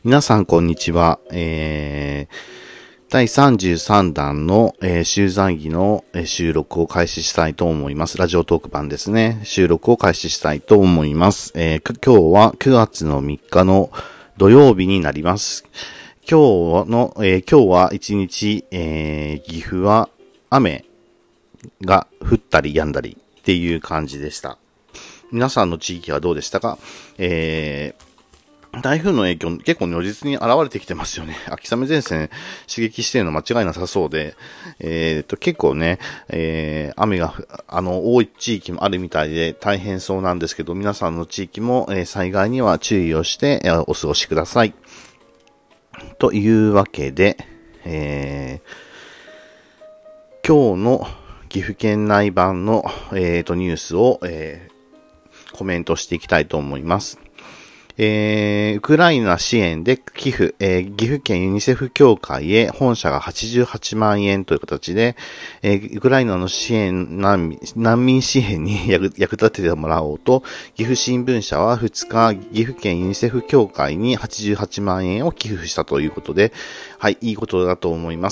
皆さんこんにちは。第33弾の、集団儀の収録を開始したいと思います。ラジオトーク版ですね。収録を開始したいと思います。今日は9月の3日の土曜日になります。今日は一日、岐阜は雨が降ったり止んだりっていう感じでした。皆さんの地域はどうでしたか？台風の影響結構如実に現れてきてますよね。秋雨前線刺激してるの間違いなさそうで、結構ね、雨が多い地域もあるみたいで大変そうなんですけど、皆さんの地域も、災害には注意をして、お過ごしください。というわけで、今日の岐阜県内版の、ニュースを、コメントしていきたいと思います。ウクライナ支援で寄付、岐阜県ユニセフ協会へ本社が88万円という形で、ウクライナの支援難民支援に役立ててもらおうと、岐阜新聞社は2日、岐阜県ユニセフ協会に88万円を寄付したということで、はい、いいことだと思います。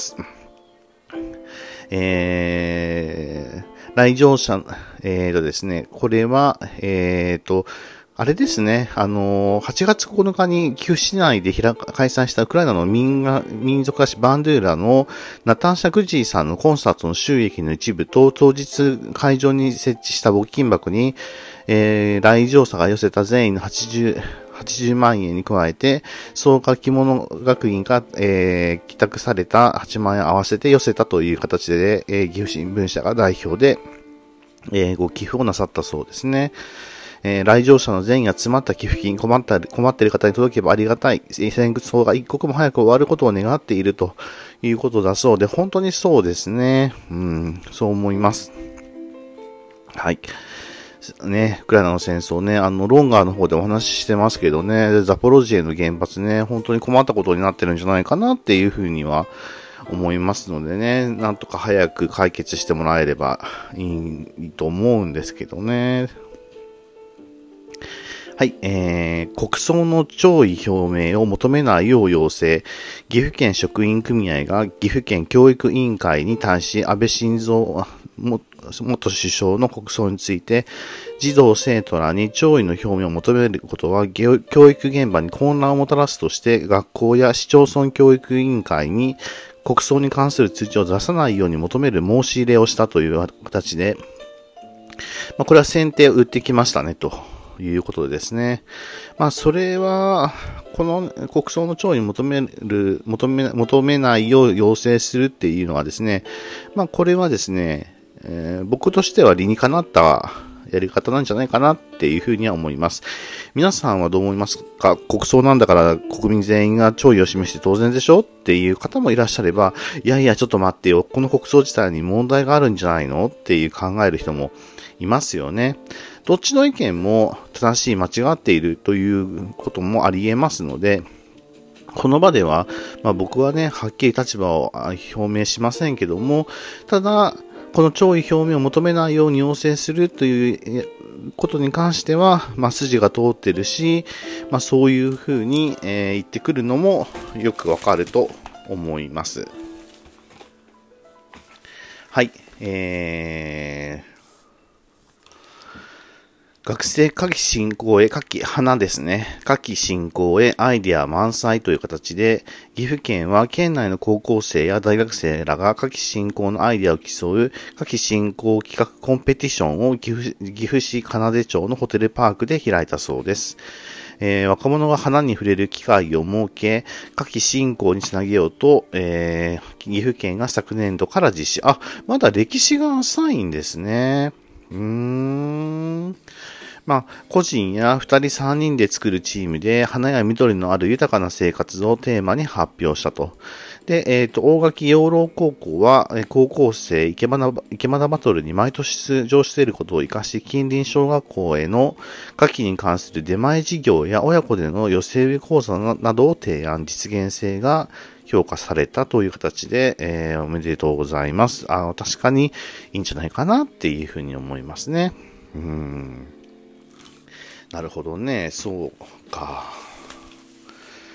来場者、ですね、これは、あれですね、8月9日に岐阜市内で開催したウクライナの民族歌手バンドゥーラのナターシャ・グジーさんのコンサートの収益の一部と当日会場に設置した募金箱に、来場者が寄せた全員の80万円に加えて、創価着物学院が、寄託された8万円合わせて寄せたという形で、岐阜新聞社が代表で、ご寄付をなさったそうですね。来場者の全員が詰まった寄付金、困っている方に届けばありがたい。戦争が一刻も早く終わることを願っているということだそうで、本当にそうですね。そう思います。はい。ね、ウクライナの戦争ね、ロンガーの方でお話ししてますけどね、ザポロジエの原発ね、本当に困ったことになってるんじゃないかなっていうふうには思いますのでね、なんとか早く解決してもらえればいいと思うんですけどね。はい、国葬の弔意表明を求めないよう要請。岐阜県職員組合が岐阜県教育委員会に対し安倍晋三元首相の国葬について児童生徒らに弔意の表明を求めることは教育現場に混乱をもたらすとして学校や市町村教育委員会に国葬に関する通知を出さないように求める申し入れをしたという形で、これは先手を打ってきましたねということでですね。それは、この国葬の弔意に求めないよう要請するっていうのはですね、これはですね、僕としては理にかなったやり方なんじゃないかなっていうふうには思います。皆さんはどう思いますか？国葬なんだから国民全員が弔意を示して当然でしょっていう方もいらっしゃれば、いやいやちょっと待ってよ、この国葬自体に問題があるんじゃないのっていう考える人もいますよね。どっちの意見も正しい間違っているということもあり得ますので、この場では、僕はね、はっきり立場を表明しませんけども、ただ、この弔意表明を求めないように要請するということに関しては、筋が通ってるし、そういうふうに、言ってくるのもよくわかると思います。はい、学生夏季進行へ花ですね。夏季進行へアイデア満載という形で、岐阜県は県内の高校生や大学生らが夏季進行のアイデアを競う夏季進行企画コンペティションを岐阜市金出町のホテルパークで開いたそうです。若者が花に触れる機会を設け、夏季進行につなげようと、岐阜県が昨年度から実施。まだ歴史が浅いんですね。個人や2人3人で作るチームで花や緑のある豊かな生活をテーマに発表したと。で、大垣養老高校は、高校生池間バトルに毎年出場していることを活かし、近隣小学校への夏季に関する出前事業や親子での寄せ植え講座などを提案、実現性が評価されたという形で、おめでとうございます。確かにいいんじゃないかなっていうふうに思いますね。なるほどね、そうか。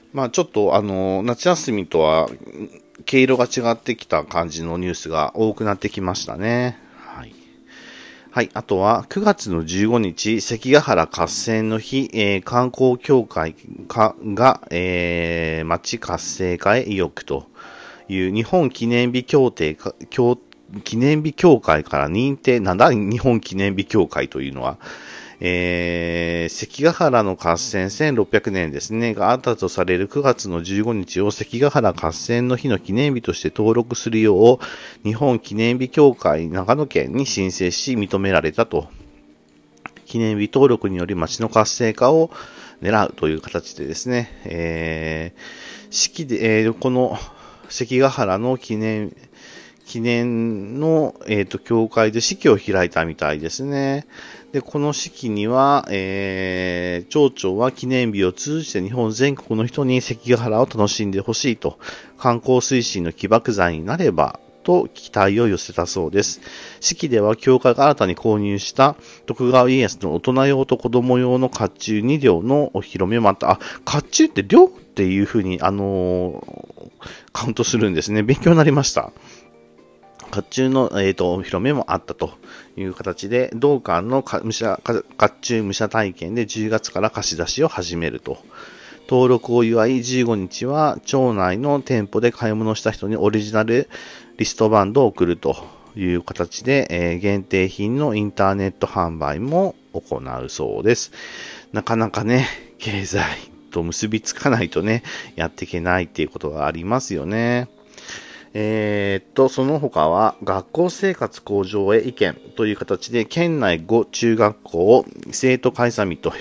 ちょっと夏休みとは毛色が違ってきた感じのニュースが多くなってきましたね。はい。はい。あとは、9月の15日、関ヶ原合戦の日、観光協会が、町活性化へ意欲という日本記念日記念日協会から認定、なんだ日本記念日協会というのは、関ヶ原の合戦1600年ですね、があったとされる9月の15日を関ヶ原合戦の日の記念日として登録するよう、日本記念日協会長野県に申請し認められたと。記念日登録により町の活性化を狙うという形でですね、式で、この関ヶ原の記念の、教会で式を開いたみたいですね。で、この式には、町長は記念日を通じて日本全国の人に関ヶ原を楽しんでほしいと、観光推進の起爆剤になれば、と期待を寄せたそうです。式では教会が新たに購入した徳川家康の大人用と子供用の甲冑2両のお披露目もあった。甲冑って両っていう風に、カウントするんですね。勉強になりました。甲冑の、お披露目もあったという形で、同館の甲冑武者体験で10月から貸し出しを始めると。登録を祝い15日は町内の店舗で買い物した人にオリジナルリストバンドを送るという形で、限定品のインターネット販売も行うそうです。なかなかね、経済と結びつかないとね、やっていけないっていうことがありますよね。その他は学校生活向上へ意見という形で県内5中学校生徒会サミット。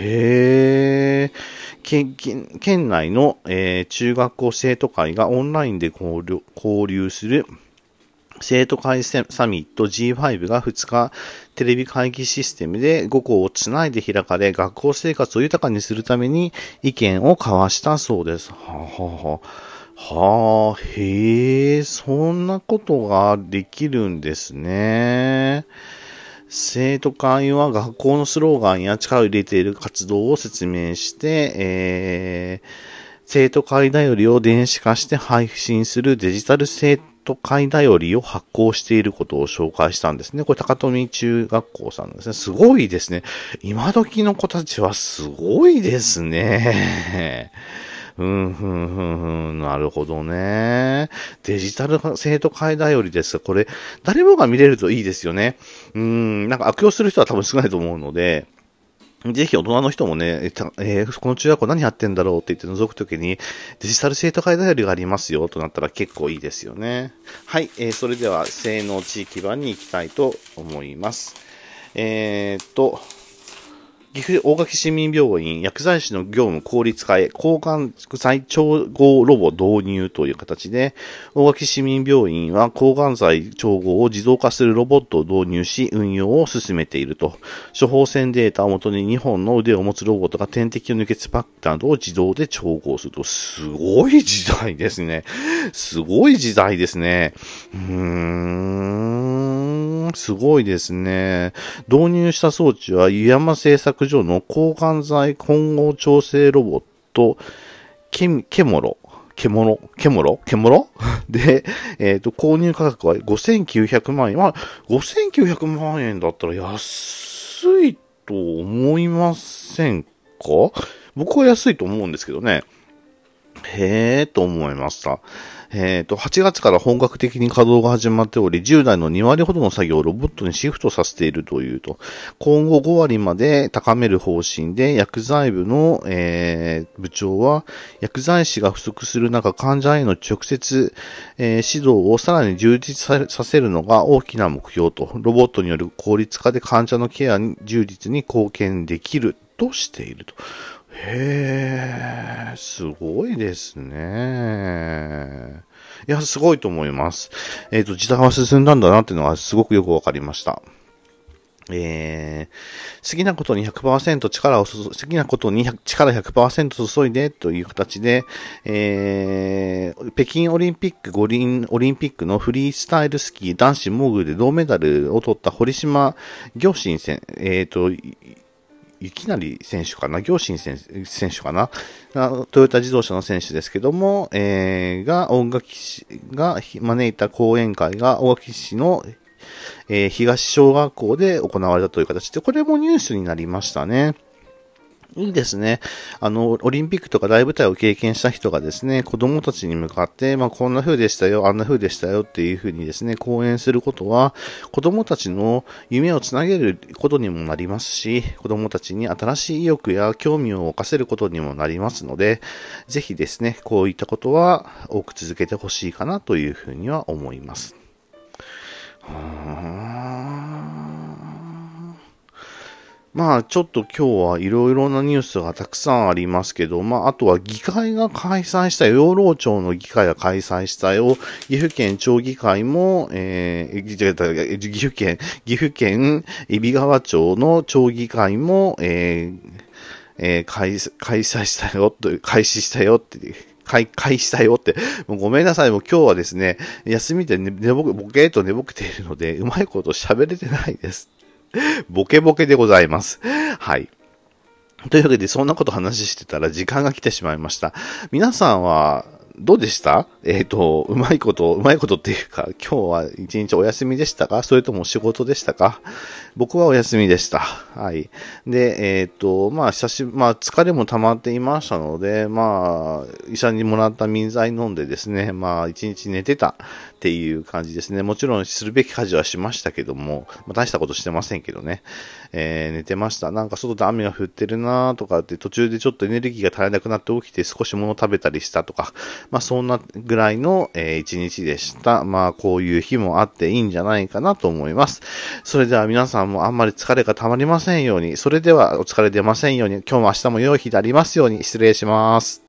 県内の、中学校生徒会がオンラインで交流する生徒会サミット G5 が2日テレビ会議システムで5校をつないで開かれ、学校生活を豊かにするために意見を交わしたそうです。へえ、そんなことができるんですね。生徒会は学校のスローガンや力を入れている活動を説明して、生徒会だよりを電子化して配信するデジタル生徒会だよりを発行していることを紹介したんですね。これ高富中学校さんですね。すごいですね。今時の子たちはすごいですね。なるほどね。デジタル生徒会だよりですが、これ、誰もが見れるといいですよね。なんか悪用する人は多分少ないと思うので、ぜひ大人の人もね、この中学校何やってんだろうって言って覗くときに、デジタル生徒会だよりがありますよとなったら結構いいですよね。はい、それでは、性能地域版に行きたいと思います。岐阜大垣市民病院薬剤師の業務効率化へ抗がん剤調合ロボ導入という形で、大垣市民病院は抗がん剤調合を自動化するロボットを導入し運用を進めていると。処方箋データをもとに2本の腕を持つロボットが点滴の輸血パックなどを自動で調合すると。すごい時代ですね。すごい時代ですね。すごいですね。導入した装置は湯山製作所の抗がん剤混合調整ロボットケモロで、購入価格は5900万円。5900万円だったら安いと思いませんか？僕は安いと思うんですけどね。と思いました。8月から本格的に稼働が始まっており、10代の2割ほどの作業をロボットにシフトさせているというと、今後5割まで高める方針で、薬剤部の、部長は、薬剤師が不足する中、患者への直接、指導をさらに充実させるのが大きな目標と、ロボットによる効率化で患者のケアに充実に貢献できるとしていると。すごいですね。いや、すごいと思います。時代は進んだんだなっていうのはすごくよくわかりました。好きなことに 100% 好きなことに力 100% 注いでという形で、北京オリンピック五輪オリンピックのフリースタイルスキー男子モーグルで銅メダルを取った堀島行進雪成選手かな、行進選手かな、トヨタ自動車の選手ですけども、が、大垣市が招いた講演会が大垣市の、東小学校で行われたという形で、これもニュースになりましたね。いいですね。オリンピックとか大舞台を経験した人がですね、子供たちに向かって、こんな風でしたよ、あんな風でしたよっていう風にですね、講演することは、子供たちの夢をつなげることにもなりますし、子供たちに新しい意欲や興味を置かせることにもなりますので、ぜひですね、こういったことは多く続けてほしいかなという風には思います。ちょっと今日はいろいろなニュースがたくさんありますけど、あとは議会が開催した養老町の議会が開催したよ、岐阜県町議会も、岐阜県揖斐川町の町議会も、開催したよ、開始したよって、開始したよって。もうごめんなさい。もう今日はですね、休みでボケーと寝ぼけているので、うまいこと喋れてないです。ボケボケでございます。はい。というわけで、そんなこと話してたら時間が来てしまいました。皆さんは、どうでした？うまいことっていうか、今日は一日お休みでしたか？それとも仕事でしたか？僕はお休みでした。はい。で、疲れも溜まっていましたので、医者にもらった眠剤飲んでですね、一日寝てたっていう感じですね。もちろんするべき家事はしましたけども、大したことしてませんけどね。寝てました。なんか外で雨が降ってるなーとかって途中でちょっとエネルギーが足りなくなって起きて少し物を食べたりしたとか、そんなぐらいの、一日でした。こういう日もあっていいんじゃないかなと思います。それでは皆さんもあんまり疲れが溜まりませんように、それではお疲れ出ませんように、今日も明日も良い日でありますように、失礼します。